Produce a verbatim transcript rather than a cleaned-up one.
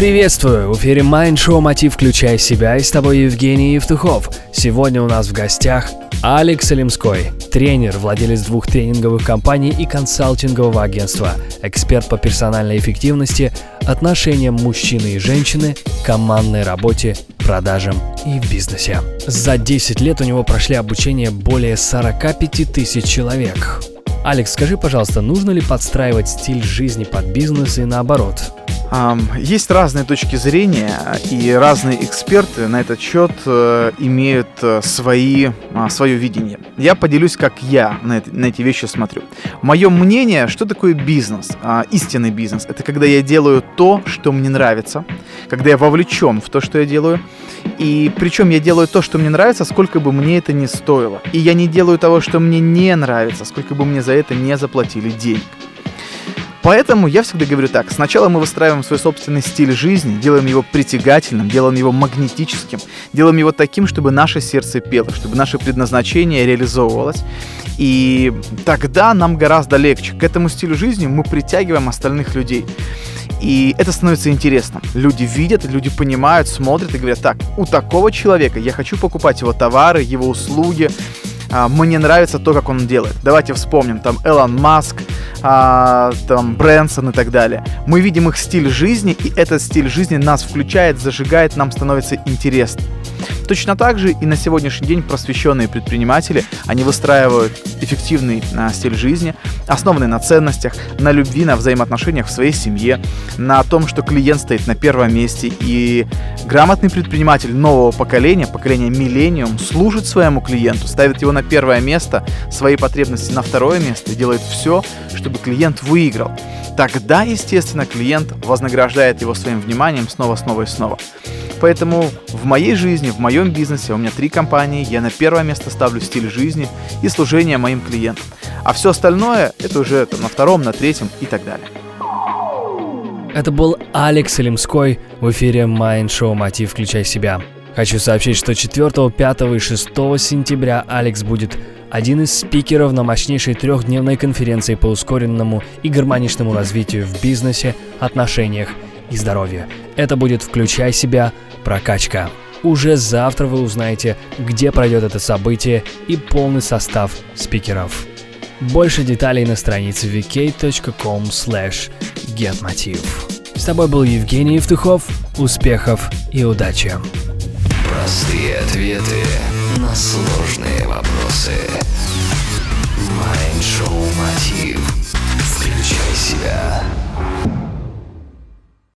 Приветствую! В эфире Mind Show «Мотив. Включай себя» и с тобой Евгений Евтухов. Сегодня у нас в гостях Алекс Алимской, тренер, владелец двух тренинговых компаний и консалтингового агентства, эксперт по персональной эффективности, отношениям мужчины и женщины, командной работе, продажам и в бизнесе. За десять лет у него прошли обучение более сорок пять тысяч человек. Алекс, скажи, пожалуйста, нужно ли подстраивать стиль жизни под бизнес и наоборот? Есть разные точки зрения, и разные эксперты на этот счет имеют свои, свое видение. Я поделюсь, как я на, это, на эти вещи смотрю. Мое мнение, что такое бизнес, истинный бизнес, это когда я делаю то, что мне нравится, когда я вовлечен в то, что я делаю, и причем я делаю то, что мне нравится, сколько бы мне это ни стоило. И я не делаю того, что мне не нравится, сколько бы мне за это не заплатили денег. Поэтому я всегда говорю так: сначала мы выстраиваем свой собственный стиль жизни, делаем его притягательным, делаем его магнетическим, делаем его таким, чтобы наше сердце пело, чтобы наше предназначение реализовывалось. И тогда нам гораздо легче. К этому стилю жизни мы притягиваем остальных людей. И это становится интересным. Люди видят, люди понимают, смотрят и говорят: так, у такого человека я хочу покупать его товары, его услуги. Мне нравится то, как он делает. Давайте вспомним, там Элон Маск, а, там Брэнсон и так далее. Мы видим их стиль жизни, и этот стиль жизни нас включает, зажигает, нам становится интересно. Точно так же и на сегодняшний день просвещенные предприниматели, они выстраивают эффективный а, стиль жизни, основанный на ценностях, на любви, на взаимоотношениях в своей семье, на том, что клиент стоит на первом месте. И грамотный предприниматель нового поколения, поколения миллениум, служит своему клиенту, ставит его на первое место, свои потребности на второе место и делает все, чтобы клиент выиграл. Тогда, естественно, клиент вознаграждает его своим вниманием снова, снова и снова. Поэтому в моей жизни, в моем бизнесе, у меня три компании, я на первое место ставлю стиль жизни и служение моим клиентам. А все остальное, это уже там, на втором, на третьем и так далее. Это был Алекс Алимской в эфире Mind Show «Мотив. Включай себя». Хочу сообщить, что четвёртого, пятого и шестого сентября Алекс будет один из спикеров на мощнейшей трехдневной конференции по ускоренному и гармоничному развитию в бизнесе, отношениях и здоровье. Это будет «Включай себя. Прокачка». Уже завтра вы узнаете, где пройдет это событие и полный состав спикеров. Больше деталей на странице ви кей точка ком слэш гет мотив. С тобой был Евгений Евтухов. Успехов и удачи! Простые ответы на сложные вопросы.